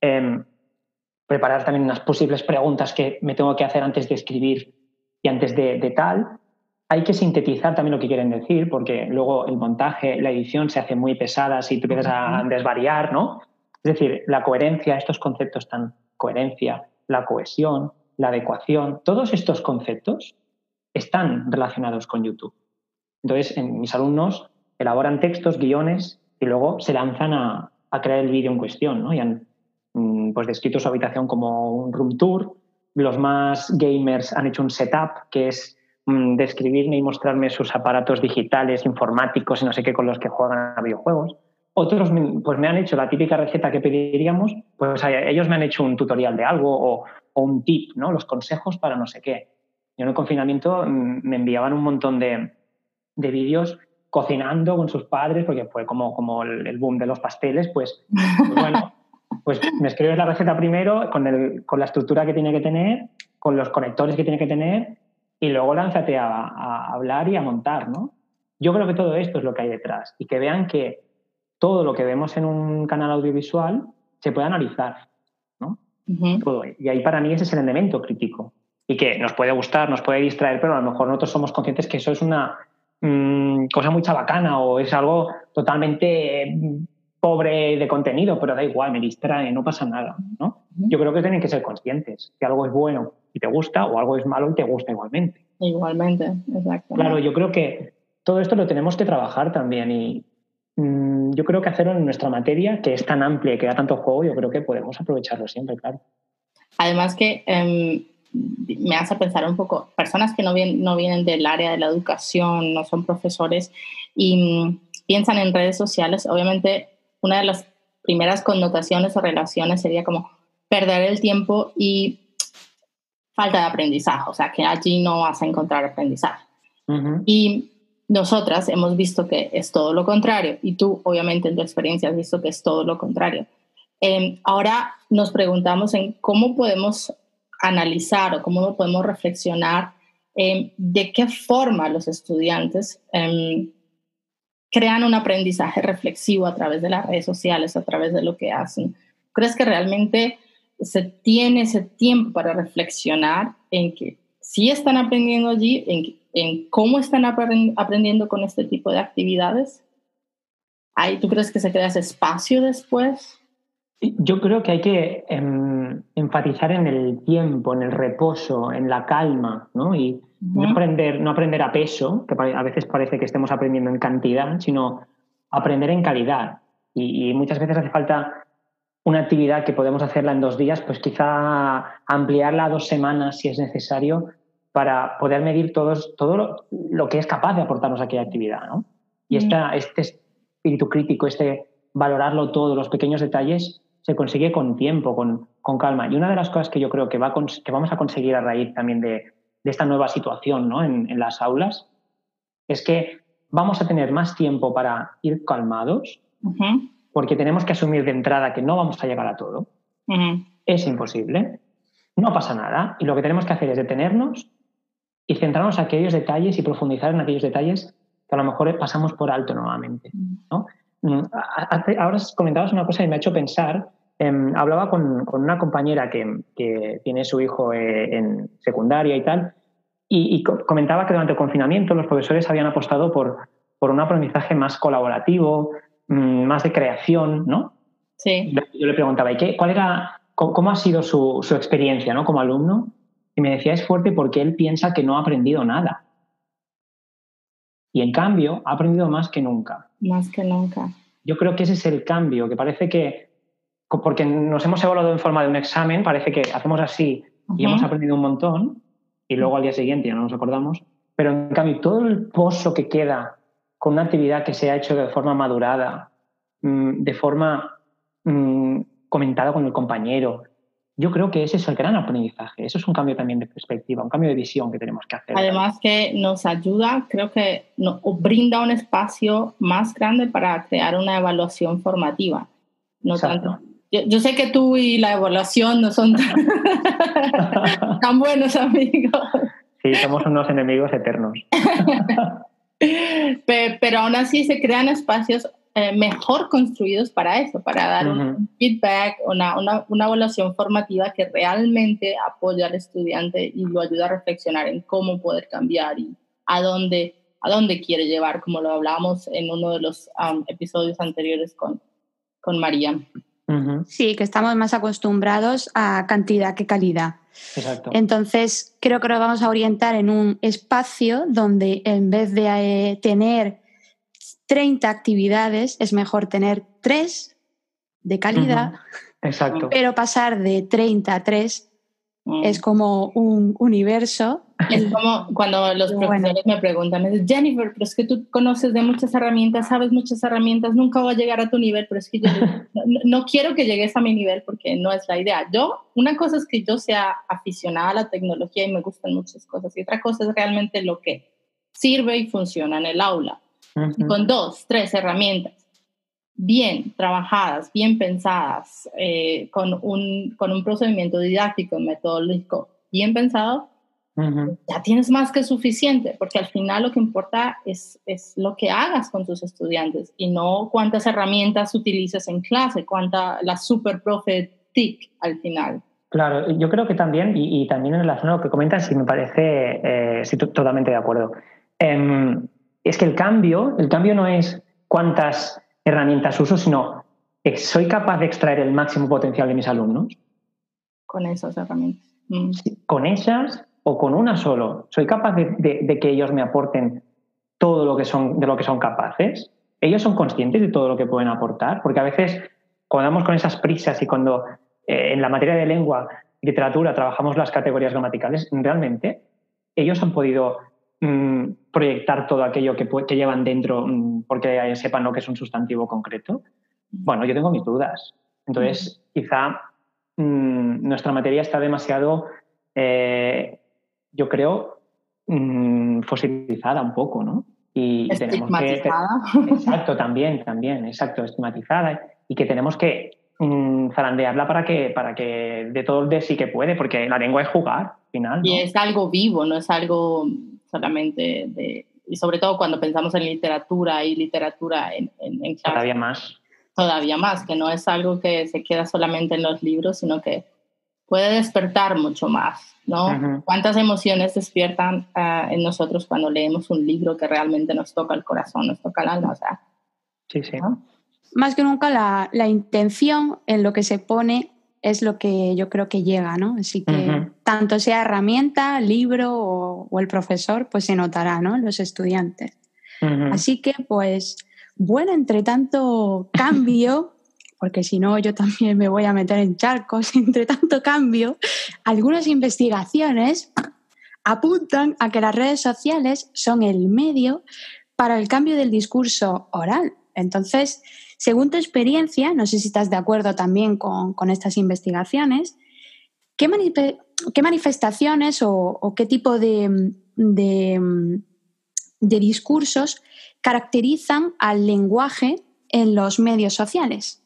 preparar también unas posibles preguntas que me tengo que hacer antes de escribir y antes de tal. Hay que sintetizar también lo que quieren decir, porque luego el montaje, la edición se hace muy pesada si tú empiezas a desvariar, ¿no? Es decir, la coherencia, estos conceptos tan coherencia, la cohesión, la adecuación, todos estos conceptos están relacionados con YouTube. Entonces, mis alumnos elaboran textos, guiones y luego se lanzan a crear el vídeo en cuestión, ¿no? Y han pues descrito su habitación como un room tour. Los más gamers han hecho un setup, que es describirme y mostrarme sus aparatos digitales, informáticos y no sé qué con los que juegan a videojuegos. Otros pues me han hecho la típica receta que pediríamos, pues ellos me han hecho un tutorial de algo o un tip, ¿no? Los consejos para no sé qué. Yo en el confinamiento me enviaban un montón de vídeos cocinando con sus padres, porque fue como el boom de los pasteles, pues bueno, pues me escribes la receta primero con la estructura que tiene que tener, con los conectores que tiene que tener, y luego lánzate a hablar y a montar, ¿no? Yo creo que todo esto es lo que hay detrás, y que vean que todo lo que vemos en un canal audiovisual se puede analizar, ¿no? Todo. Y ahí para mí ese es el elemento crítico, y que nos puede gustar, nos puede distraer, pero a lo mejor nosotros somos conscientes que eso es una cosa muy chabacana o es algo totalmente pobre de contenido, pero da igual, me distrae, no pasa nada, ¿no? Yo creo que tienen que ser conscientes que algo es bueno y te gusta o algo es malo y te gusta igualmente. Igualmente, exacto. Claro, yo creo que todo esto lo tenemos que trabajar también y yo creo que hacerlo en nuestra materia, que es tan amplia y que da tanto juego, yo creo que podemos aprovecharlo siempre, claro. Además que me hace pensar un poco, personas que no vienen del área de la educación, no son profesores y piensan en redes sociales, obviamente una de las primeras connotaciones o relaciones sería como perder el tiempo y falta de aprendizaje, o sea, que allí no vas a encontrar aprendizaje. Y nosotras hemos visto que es todo lo contrario, y tú obviamente en tu experiencia has visto que es todo lo contrario. Ahora nos preguntamos en cómo podemos analizar o cómo podemos reflexionar de qué forma los estudiantes crean un aprendizaje reflexivo a través de las redes sociales, a través de lo que hacen. ¿Crees que realmente se tiene ese tiempo para reflexionar en que sí están aprendiendo allí, en cómo están aprendiendo con este tipo de actividades? ¿Tú crees que se crea ese espacio después? Yo creo que hay que enfatizar en el tiempo, en el reposo, en la calma, ¿no? Y no aprender a peso, que a veces parece que estemos aprendiendo en cantidad, sino aprender en calidad. y muchas veces hace falta una actividad que podemos hacerla en 2 días, pues quizá ampliarla a 2 semanas si es necesario para poder medir todo lo que es capaz de aportarnos aquella actividad, ¿no? Y este espíritu crítico, valorarlo todo, los pequeños detalles, se consigue con tiempo, con calma. Y una de las cosas que yo creo que vamos a conseguir a raíz también de esta nueva situación, ¿no? en las aulas, es que vamos a tener más tiempo para ir calmados, porque tenemos que asumir de entrada que no vamos a llegar a todo. Es imposible, no pasa nada, y lo que tenemos que hacer es detenernos y centrarnos en aquellos detalles y profundizar en aquellos detalles que a lo mejor pasamos por alto nuevamente, ¿no? Ahora comentabas una cosa y me ha hecho pensar. Hablaba con una compañera que tiene su hijo en secundaria y tal, y comentaba que durante el confinamiento los profesores habían apostado por un aprendizaje más colaborativo, más de creación, ¿no? Sí. Yo le preguntaba, ¿cómo ha sido su experiencia, ¿no? Como alumno? Y me decía, es fuerte porque él piensa que no ha aprendido nada. Y en cambio, ha aprendido más que nunca. Más que nunca. Yo creo que ese es el cambio, que parece que, porque nos hemos evaluado en forma de un examen, parece que hacemos así y hemos aprendido un montón, y luego al día siguiente ya no nos acordamos, pero en cambio todo el pozo que queda con una actividad que se ha hecho de forma madurada, de forma comentada con el compañero, yo creo que ese es el gran aprendizaje. Eso es un cambio también de perspectiva, un cambio de visión que tenemos que hacer. Además que nos ayuda, creo que nos brinda un espacio más grande para crear una evaluación formativa. No tanto. Yo sé que tú y la evaluación no son tan buenos amigos. Sí, somos unos enemigos eternos. Pero aún así se crean espacios mejor construidos para eso, para dar un feedback, una evaluación formativa que realmente apoya al estudiante y lo ayuda a reflexionar en cómo poder cambiar y a dónde quiere llevar, como lo hablábamos en uno de los episodios anteriores con María. Sí, que estamos más acostumbrados a cantidad que calidad. Exacto. Entonces, creo que nos vamos a orientar en un espacio donde en vez de tener 30 actividades, es mejor tener 3 de calidad. Exacto. Pero pasar de 30 a 3 es como un universo. Es como cuando los profesores me preguntan, me dicen, Jennifer, pero es que tú conoces de muchas herramientas, sabes muchas herramientas, nunca voy a llegar a tu nivel, pero es que yo no quiero que llegues a mi nivel porque no es la idea. Una cosa es que yo sea aficionada a la tecnología y me gustan muchas cosas, y otra cosa es realmente lo que sirve y funciona en el aula. Y con 2, 3 herramientas bien trabajadas, bien pensadas, con un procedimiento didáctico, metodológico bien pensado, ya tienes más que suficiente, porque al final lo que importa es lo que hagas con tus estudiantes y no cuántas herramientas utilices en clase, la super profe TIC al final. Claro, yo creo que también, y también en relación a lo que comentas, y me parece, estoy totalmente de acuerdo, es que el cambio no es cuántas herramientas uso, sino soy capaz de extraer el máximo potencial de mis alumnos. Con esas herramientas. Sí, con esas o con una solo. Soy capaz de que ellos me aporten todo de lo que son capaces. Ellos son conscientes de todo lo que pueden aportar, porque a veces cuando vamos con esas prisas y cuando en la materia de lengua y literatura trabajamos las categorías gramaticales, realmente ellos han podido proyectar todo aquello que llevan dentro porque sepan lo que es un sustantivo concreto. Bueno, yo tengo mis dudas. Entonces, quizá nuestra materia está demasiado, yo creo, fosilizada un poco, ¿no? Y estigmatizada. Exacto, también, exacto, estigmatizada, y que tenemos que zarandearla para que de todo de sí que puede, porque la lengua es jugar, al final, ¿no? Y es algo vivo, no es algo solamente y sobre todo cuando pensamos en literatura en clase. Todavía más, que no es algo que se queda solamente en los libros, sino que puede despertar mucho más, ¿no? ¿Cuántas emociones despiertan en nosotros cuando leemos un libro que realmente nos toca el corazón, nos toca el alma? O sea, sí. ¿no? Más que nunca la intención en lo que se pone es lo que yo creo que llega, ¿no? Así que tanto sea herramienta, libro o el profesor, pues se notará, ¿no? Los estudiantes. Así que, pues bueno, entre tanto cambio, porque si no yo también me voy a meter en charcos, entre tanto cambio, algunas investigaciones apuntan a que las redes sociales son el medio para el cambio del discurso oral. Entonces, según tu experiencia, no sé si estás de acuerdo también con estas investigaciones, ¿qué manifestaciones o qué tipo de discursos caracterizan al lenguaje en los medios sociales?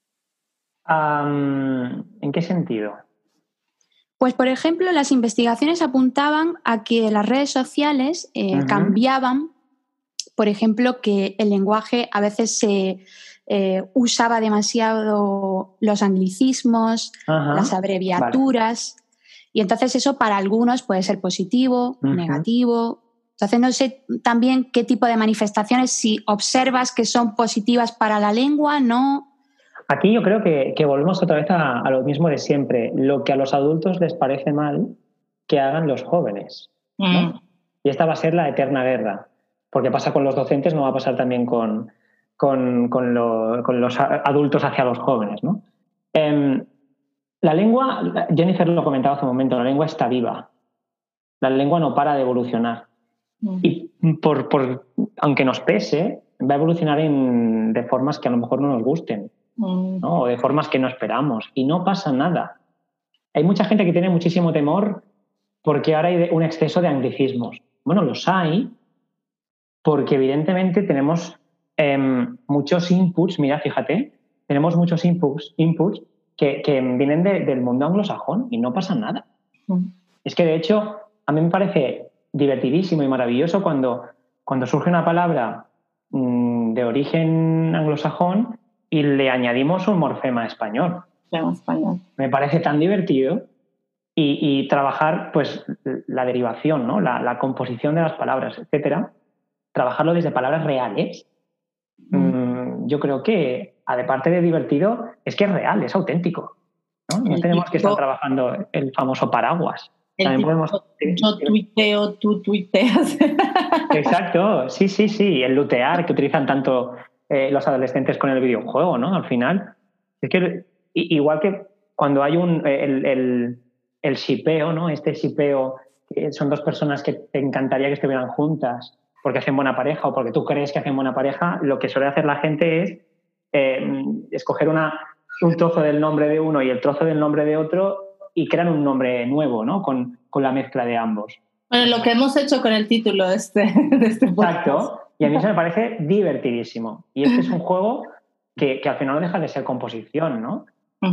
¿En qué sentido? Pues, por ejemplo, las investigaciones apuntaban a que las redes sociales cambiaban, por ejemplo, que el lenguaje a veces se usaba demasiado los anglicismos, las abreviaturas, y entonces eso para algunos puede ser positivo, negativo. Entonces no sé también qué tipo de manifestaciones, si observas que son positivas para la lengua, ¿no? Aquí yo creo que volvemos otra vez a lo mismo de siempre. Lo que a los adultos les parece mal que hagan los jóvenes, ¿no? Y esta va a ser la eterna guerra. Porque pasa con los docentes, no va a pasar también con los adultos hacia los jóvenes, ¿no? La lengua, Jennifer lo comentaba hace un momento, la lengua está viva. La lengua no para de evolucionar. Y aunque nos pese, va a evolucionar de formas que a lo mejor no nos gusten, ¿no? O de formas que no esperamos. Y no pasa nada. Hay mucha gente que tiene muchísimo temor porque ahora hay un exceso de anglicismos. Bueno, los hay porque evidentemente tenemos muchos inputs. Mira, fíjate, tenemos muchos inputs que vienen del mundo anglosajón y no pasa nada. Es que, de hecho, a mí me parece divertidísimo y maravilloso cuando surge una palabra de origen anglosajón y le añadimos un morfema español. Me parece tan divertido y trabajar pues la derivación, ¿no? La composición de las palabras, etcétera, trabajarlo desde palabras reales. Yo creo que, aparte de divertido, es que es real, es auténtico, ¿no? No tenemos que estar trabajando el famoso paraguas. Yo tuiteo, tú tuiteas. Exacto, sí. El lutear que utilizan tanto los adolescentes con el videojuego, ¿no? Al final, es que igual que cuando hay el shipeo, ¿no? Este shipeo, que son dos personas que te encantaría que estuvieran juntas porque hacen buena pareja o porque tú crees que hacen buena pareja, lo que suele hacer la gente es escoger un trozo del nombre de uno y el trozo del nombre de otro y crean un nombre nuevo, ¿no? Con la mezcla de ambos. Bueno, lo que hemos hecho con el título de este podcast. Exacto, y a mí eso me parece divertidísimo. Y este es un juego que al final no deja de ser composición, ¿no?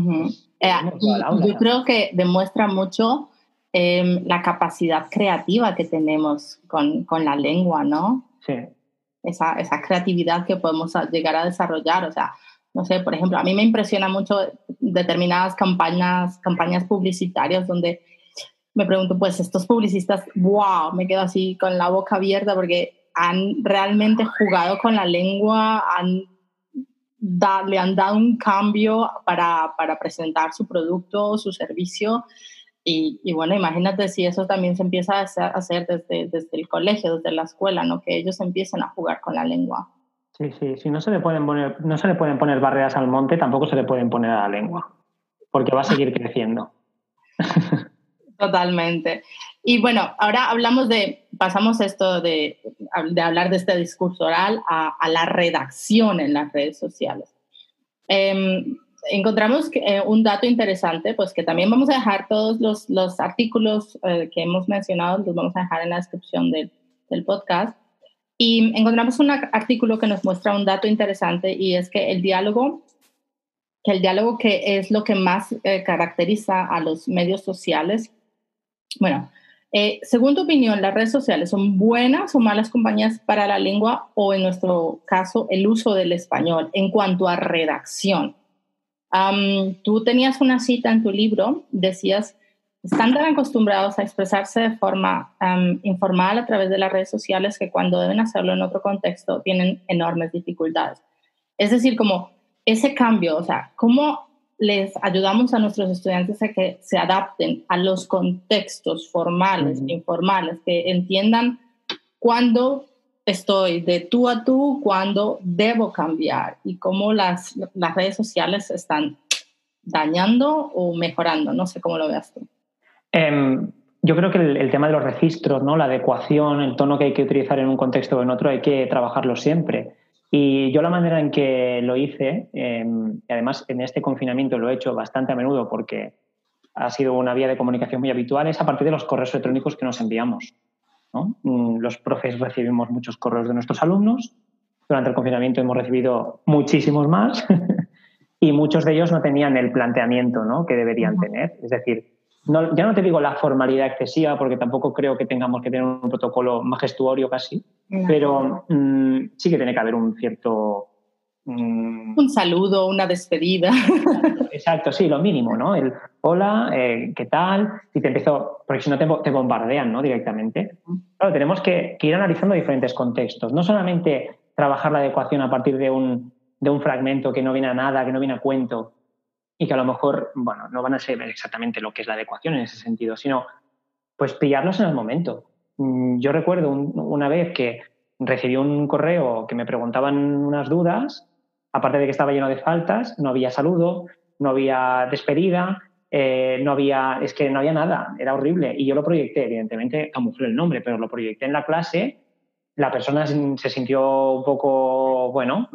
Yo creo que demuestra mucho la capacidad creativa que tenemos con la lengua, ¿no? Sí. Esa creatividad que podemos llegar a desarrollar. O sea, no sé, por ejemplo, a mí me impresiona mucho determinadas campañas publicitarias donde me pregunto, pues estos publicistas, wow, me quedo así con la boca abierta porque han realmente jugado con la lengua, le han dado un cambio para presentar su producto, su servicio. Y bueno, imagínate si eso también se empieza a hacer desde el colegio, desde la escuela, ¿no? Que ellos empiecen a jugar con la lengua. Sí, si no se le pueden poner barreras al monte, tampoco se le pueden poner a la lengua, porque va a seguir creciendo. Totalmente. Y bueno, ahora pasamos esto de hablar de este discurso oral a la redacción en las redes sociales. Encontramos un dato interesante, pues que también vamos a dejar todos los artículos que hemos mencionado, los vamos a dejar en la descripción del podcast. Y encontramos un artículo que nos muestra un dato interesante y es que el diálogo que es lo que más caracteriza a los medios sociales. Bueno, según tu opinión, ¿las redes sociales son buenas o malas compañías para la lengua o, en nuestro caso, el uso del español en cuanto a redacción? Tú tenías una cita en tu libro, decías, están tan acostumbrados a expresarse de forma informal a través de las redes sociales que cuando deben hacerlo en otro contexto tienen enormes dificultades. Es decir, como ese cambio, o sea, ¿cómo les ayudamos a nuestros estudiantes a que se adapten a los contextos formales e informales, que entiendan cuándo estoy de tú a tú, cuándo debo cambiar y cómo las redes sociales están dañando o mejorando. No sé cómo lo veas tú. Yo creo que el tema de los registros, ¿no? La adecuación, el tono que hay que utilizar en un contexto o en otro, hay que trabajarlo siempre. Y yo la manera en que lo hice, y además en este confinamiento lo he hecho bastante a menudo porque ha sido una vía de comunicación muy habitual, es a partir de los correos electrónicos que nos enviamos, ¿no? Los profes recibimos muchos correos de nuestros alumnos. Durante el confinamiento hemos recibido muchísimos más y muchos de ellos no tenían el planteamiento, ¿no?, que deberían tener. Es decir, ya no te digo la formalidad excesiva, porque tampoco creo que tengamos que tener un protocolo majestuorio casi, pero sí que tiene que haber un cierto... un saludo, una despedida. Exacto, sí, lo mínimo, ¿no? El hola, ¿qué tal? Y te empiezo, porque si no te bombardean, ¿no?, directamente. Claro, tenemos que ir analizando diferentes contextos. No solamente trabajar la adecuación a partir de un fragmento que no viene a nada, que no viene a cuento, y que a lo mejor, bueno, no van a saber exactamente lo que es la adecuación en ese sentido, sino pues pillarlos en el momento. Yo recuerdo una vez que recibí un correo que me preguntaban unas dudas, aparte de que estaba lleno de faltas, no había saludo, no había despedida, no había nada, era horrible. Y yo lo proyecté, evidentemente camuflé el nombre, pero lo proyecté en la clase, la persona se sintió un poco, bueno...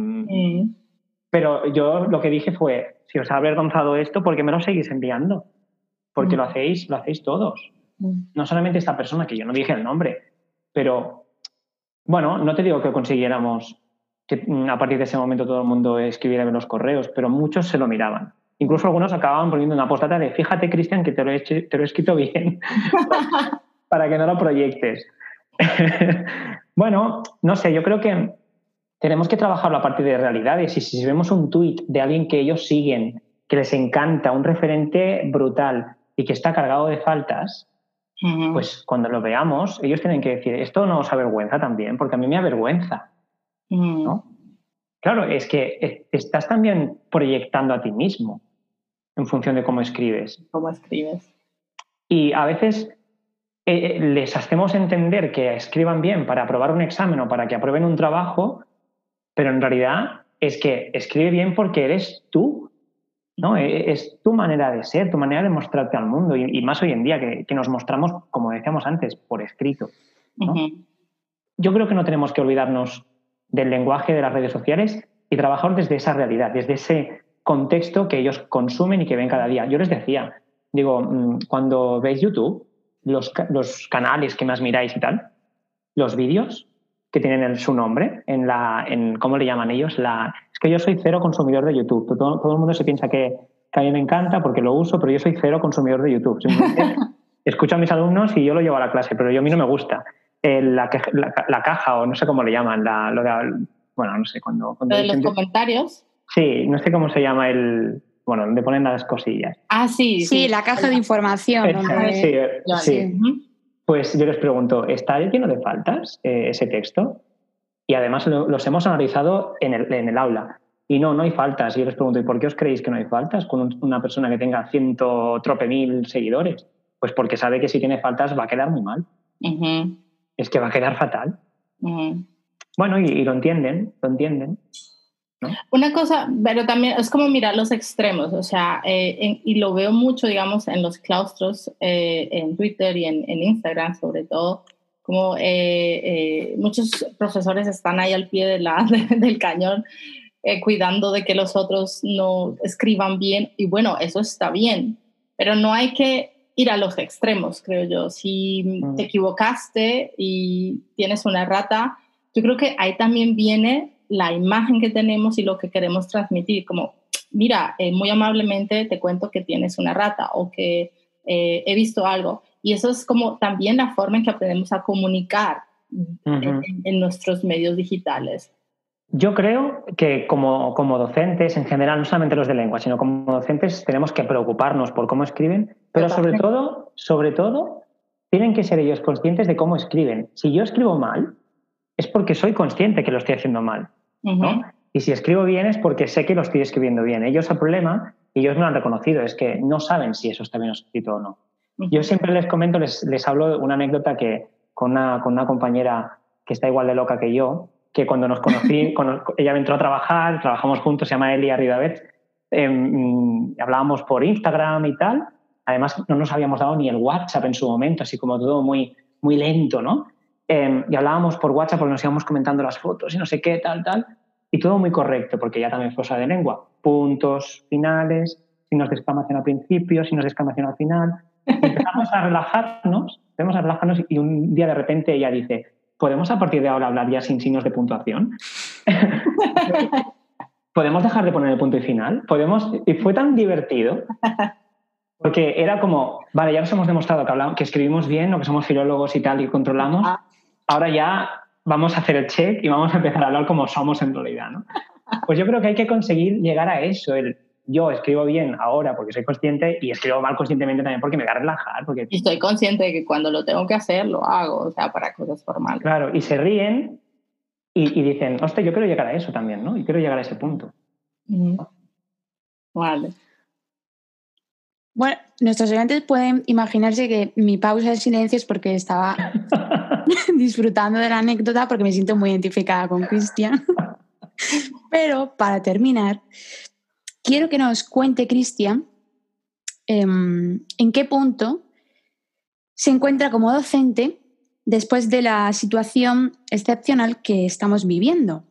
Pero yo lo que dije fue, si os ha avergonzado esto, ¿por qué me lo seguís enviando? Porque lo hacéis todos. No solamente esta persona, que yo no dije el nombre, pero, bueno, no te digo que consiguiéramos que a partir de ese momento todo el mundo escribiera en los correos, pero muchos se lo miraban. Incluso algunos acababan poniendo una postdata de fíjate, Cristian, que te lo he escrito bien para que no lo proyectes. Bueno, no sé, yo creo que tenemos que trabajarlo a partir de realidades, y si vemos un tuit de alguien que ellos siguen, que les encanta, un referente brutal y que está cargado de faltas, pues cuando lo veamos, ellos tienen que decir, esto no os avergüenza también, porque a mí me avergüenza, ¿no? Claro, es que estás también proyectando a ti mismo en función de cómo escribes. ¿Cómo escribes? Y a veces les hacemos entender que escriban bien para aprobar un examen o para que aprueben un trabajo, pero en realidad es que escribe bien porque eres tú, ¿no? Es tu manera de ser, tu manera de mostrarte al mundo, y más hoy en día que nos mostramos, como decíamos antes, por escrito, ¿no? Yo creo que no tenemos que olvidarnos del lenguaje de las redes sociales y trabajar desde esa realidad, desde ese contexto que ellos consumen y que ven cada día. Yo les decía, digo, cuando veis YouTube, los canales que más miráis y tal, los vídeos que tienen su nombre, ¿cómo le llaman ellos? Es que yo soy cero consumidor de YouTube. Todo el mundo se piensa que a mí me encanta porque lo uso, pero yo soy cero consumidor de YouTube. Simplemente escucho a mis alumnos y yo lo llevo a la clase, pero a mí no me gusta. La caja, o no sé cómo le llaman, bueno, no sé, cuando ¿Lo de los comentarios? Sí, no sé cómo se llama bueno, donde ponen las cosillas. Ah, sí. Sí, la caja de información. Sí. Pues yo les pregunto, ¿está lleno de faltas ese texto? Y además los hemos analizado en el aula. Y no hay faltas. Y yo les pregunto, ¿y por qué os creéis que no hay faltas con una persona que tenga 100.000 seguidores? Pues porque sabe que si tiene faltas va a quedar muy mal. Es que va a quedar fatal. Bueno, y lo entienden, ¿no? Una cosa, pero también es como mirar los extremos, o sea, y lo veo mucho, digamos, en los claustros, en Twitter y en Instagram sobre todo, como muchos profesores están ahí al pie del cañón, cuidando de que los otros no escriban bien, y bueno, eso está bien, pero no hay que ir a los extremos, creo yo. Si te equivocaste y tienes una errata, yo creo que ahí también viene la imagen que tenemos y lo que queremos transmitir, como, mira, muy amablemente te cuento que tienes una errata o que he visto algo. Y eso es como también la forma en que aprendemos a comunicar en nuestros medios digitales. Yo creo que como docentes, en general, no solamente los de lengua, sino como docentes, tenemos que preocuparnos por cómo escriben, pero sobre todo, tienen que ser ellos conscientes de cómo escriben. Si yo escribo mal, es porque soy consciente que lo estoy haciendo mal, ¿no? Y si escribo bien es porque sé que lo estoy escribiendo bien. Ellos el problema, y ellos me lo han reconocido, es que no saben si eso está bien escrito o no. Yo siempre les comento, les hablo de una anécdota que con una compañera que está igual de loca que yo, que cuando nos conocí, ella me entró a trabajar, trabajamos juntos, se llama Elia Ridabet, hablábamos por Instagram y tal. Además, no nos habíamos dado ni el WhatsApp en su momento, así como todo muy, muy lento, ¿no? Y hablábamos por WhatsApp porque nos íbamos comentando las fotos y no sé qué, tal. Y todo muy correcto, porque ella también es profesora de lengua. Puntos finales, signos de exclamación al principio, signos de exclamación al final. Y empezamos a relajarnos y un día de repente ella dice, ¿podemos a partir de ahora hablar ya sin signos de puntuación? ¿Podemos dejar de poner el punto y final? Y fue tan divertido, porque era como, vale, ya nos hemos demostrado que escribimos bien o que somos filólogos y tal y controlamos, ahora ya vamos a hacer el check y vamos a empezar a hablar como somos en realidad, ¿no? Pues yo creo que hay que conseguir llegar a eso, yo escribo bien ahora porque soy consciente y escribo mal conscientemente también porque me voy a relajar. Y estoy consciente de que cuando lo tengo que hacer, lo hago, o sea, para cosas formales. Claro, y se ríen y dicen, hostia, yo quiero llegar a eso también, ¿no? Y quiero llegar a ese punto. Vale. Bueno, nuestros oyentes pueden imaginarse que mi pausa de silencio es porque estaba disfrutando de la anécdota porque me siento muy identificada con Cristian. Pero para terminar, quiero que nos cuente Cristian en qué punto se encuentra como docente después de la situación excepcional que estamos viviendo.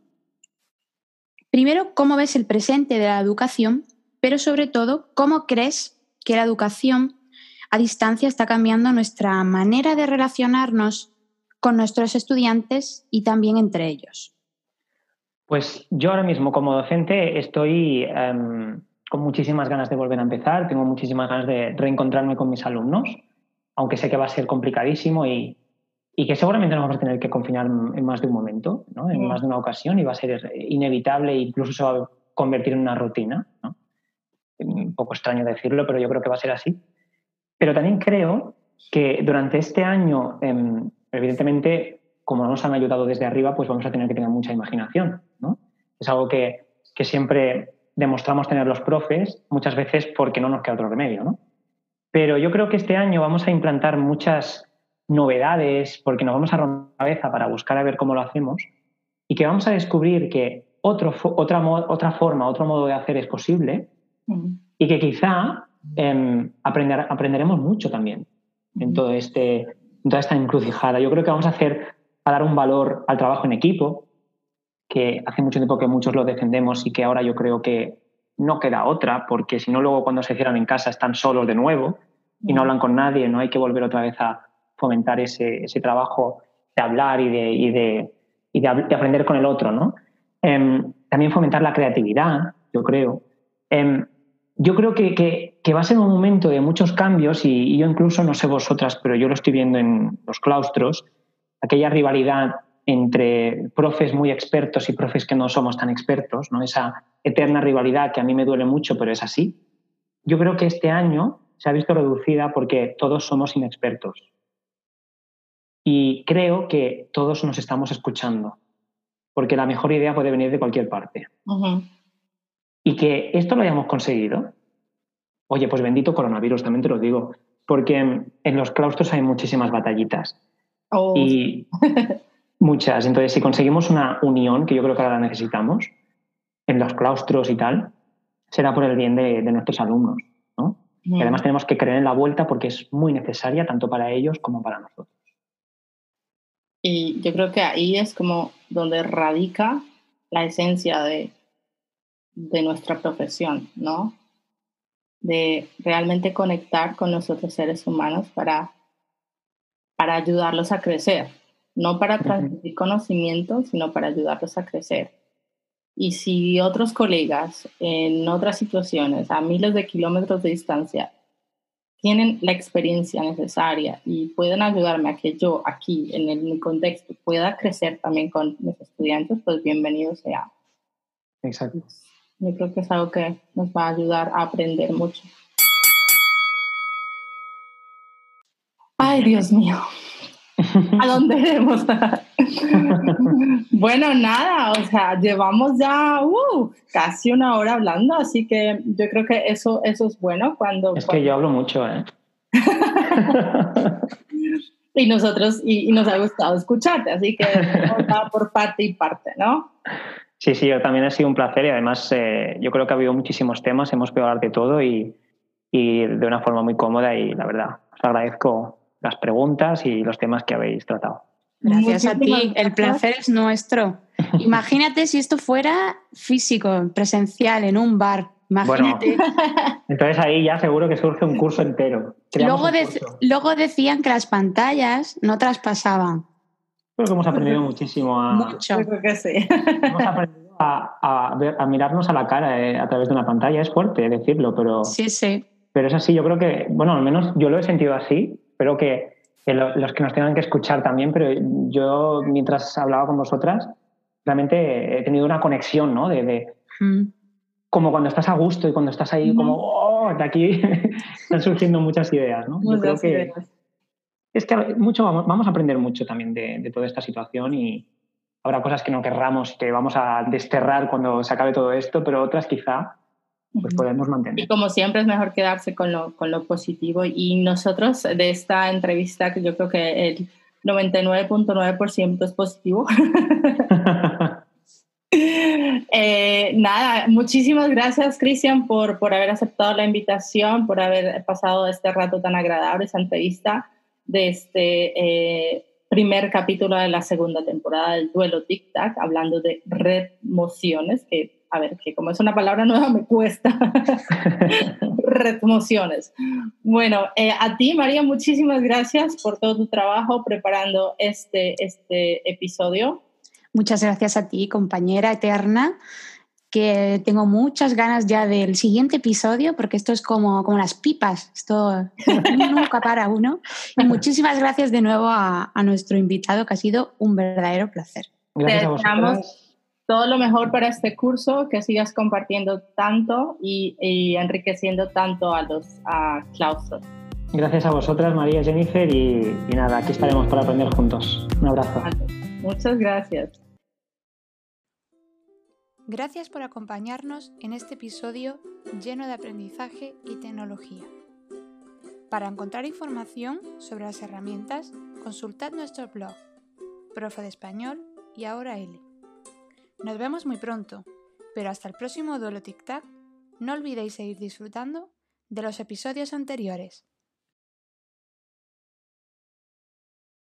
Primero, ¿cómo ves el presente de la educación? Pero sobre todo, ¿cómo crees que la educación a distancia está cambiando nuestra manera de relacionarnos con nuestros estudiantes y también entre ellos? Pues yo ahora mismo como docente estoy con muchísimas ganas de volver a empezar, tengo muchísimas ganas de reencontrarme con mis alumnos, aunque sé que va a ser complicadísimo y que seguramente nos vamos a tener que confinar en más de un momento, ¿no? En más de una ocasión, y va a ser inevitable e incluso se va a convertir en una rutina, ¿no? Un poco extraño decirlo, pero yo creo que va a ser así. Pero también creo que durante este año, evidentemente, como nos han ayudado desde arriba, pues vamos a tener que tener mucha imaginación, ¿no? Es algo que siempre demostramos tener los profes, muchas veces porque no nos queda otro remedio, ¿no? Pero yo creo que este año vamos a implantar muchas novedades porque nos vamos a romper la cabeza para buscar a ver cómo lo hacemos y que vamos a descubrir que otra forma, otro modo de hacer es posible y que quizá aprenderemos mucho también en toda esta encrucijada. Yo creo que vamos a dar un valor al trabajo en equipo, que hace mucho tiempo que muchos lo defendemos y que ahora yo creo que no queda otra, porque si no luego cuando se cierran en casa están solos de nuevo y no hablan con nadie, no hay que volver otra vez a fomentar ese trabajo de hablar y de aprender con el otro, ¿no? También fomentar la creatividad, yo creo. Yo creo que va a ser un momento de muchos cambios y yo incluso, no sé vosotras, pero yo lo estoy viendo en los claustros, aquella rivalidad entre profes muy expertos y profes que no somos tan expertos, ¿no? Esa eterna rivalidad que a mí me duele mucho, pero es así. Yo creo que este año se ha visto reducida porque todos somos inexpertos. Y creo que todos nos estamos escuchando, porque la mejor idea puede venir de cualquier parte. Y que esto lo hayamos conseguido, oye, pues bendito coronavirus, también te lo digo, porque en los claustros hay muchísimas batallitas. Y muchas. Entonces, si conseguimos una unión, que yo creo que ahora la necesitamos, en los claustros y tal, será por el bien de nuestros alumnos, ¿no? Y además tenemos que creer en la vuelta porque es muy necesaria tanto para ellos como para nosotros. Y yo creo que ahí es como donde radica la esencia de nuestra profesión, ¿no? De realmente conectar con los otros seres humanos para ayudarlos a crecer, no para transmitir conocimiento, sino para ayudarlos a crecer. Y si otros colegas en otras situaciones, a miles de kilómetros de distancia, tienen la experiencia necesaria y pueden ayudarme a que yo aquí, en mi contexto, pueda crecer también con mis estudiantes, pues bienvenido sea. Exacto. Yo creo que es algo que nos va a ayudar a aprender mucho. Ay, Dios mío. ¿A dónde iremos? Bueno, nada, o sea, llevamos ya casi una hora hablando, así que yo creo que eso es bueno cuando... Es que yo hablo mucho, ¿eh? Y nosotros, y nos ha gustado escucharte, así que va por parte y parte, ¿no? Sí, yo también ha sido un placer y además yo creo que ha habido muchísimos temas, hemos podido hablar de todo y de una forma muy cómoda y la verdad, os agradezco las preguntas y los temas que habéis tratado. Gracias a ti, el placer es nuestro. Imagínate si esto fuera físico, presencial, en un bar. Imagínate. Bueno, entonces ahí ya seguro que surge un curso entero. Luego decían que las pantallas no traspasaban. Creo que hemos aprendido muchísimo Mucho. Yo creo que sí. Hemos aprendido a mirarnos a la cara a través de una pantalla. Es fuerte decirlo, pero... Sí. Pero es así, yo creo que... Bueno, al menos yo lo he sentido así. Espero que los que nos tengan que escuchar también, pero yo, mientras hablaba con vosotras, realmente he tenido una conexión, ¿no? Como cuando estás a gusto y cuando estás ahí como, de aquí están surgiendo muchas ideas, ¿no? Yo creo que es que vamos a aprender mucho también de toda esta situación y habrá cosas que no querramos, que vamos a desterrar cuando se acabe todo esto, pero otras quizá pues podemos mantener. Y como siempre es mejor quedarse con lo positivo y nosotros de esta entrevista, que yo creo que el 99.9% es positivo. Nada, muchísimas gracias, Cristian, por haber aceptado la invitación, por haber pasado este rato tan agradable, esa entrevista de este primer capítulo de la segunda temporada del Duelo Tic Tac, hablando de remociones, que como es una palabra nueva me cuesta. Remociones. Bueno, a ti, María, muchísimas gracias por todo tu trabajo preparando este episodio. Muchas gracias a ti, compañera eterna, que tengo muchas ganas ya del siguiente episodio, porque esto es como las pipas, esto nunca para uno. Y muchísimas gracias de nuevo a nuestro invitado, que ha sido un verdadero placer. Gracias a vosotras. Todo lo mejor para este curso, que sigas compartiendo tanto y enriqueciendo tanto a los claustros. Gracias a vosotras, María, Jennifer, y nada, aquí estaremos para aprender juntos. Un abrazo. Muchas gracias. Gracias por acompañarnos en este episodio lleno de aprendizaje y tecnología. Para encontrar información sobre las herramientas, consultad nuestro blog, Profe de Español y Ahora L. Nos vemos muy pronto, pero hasta el próximo Duelo Tic Tac, no olvidéis seguir disfrutando de los episodios anteriores.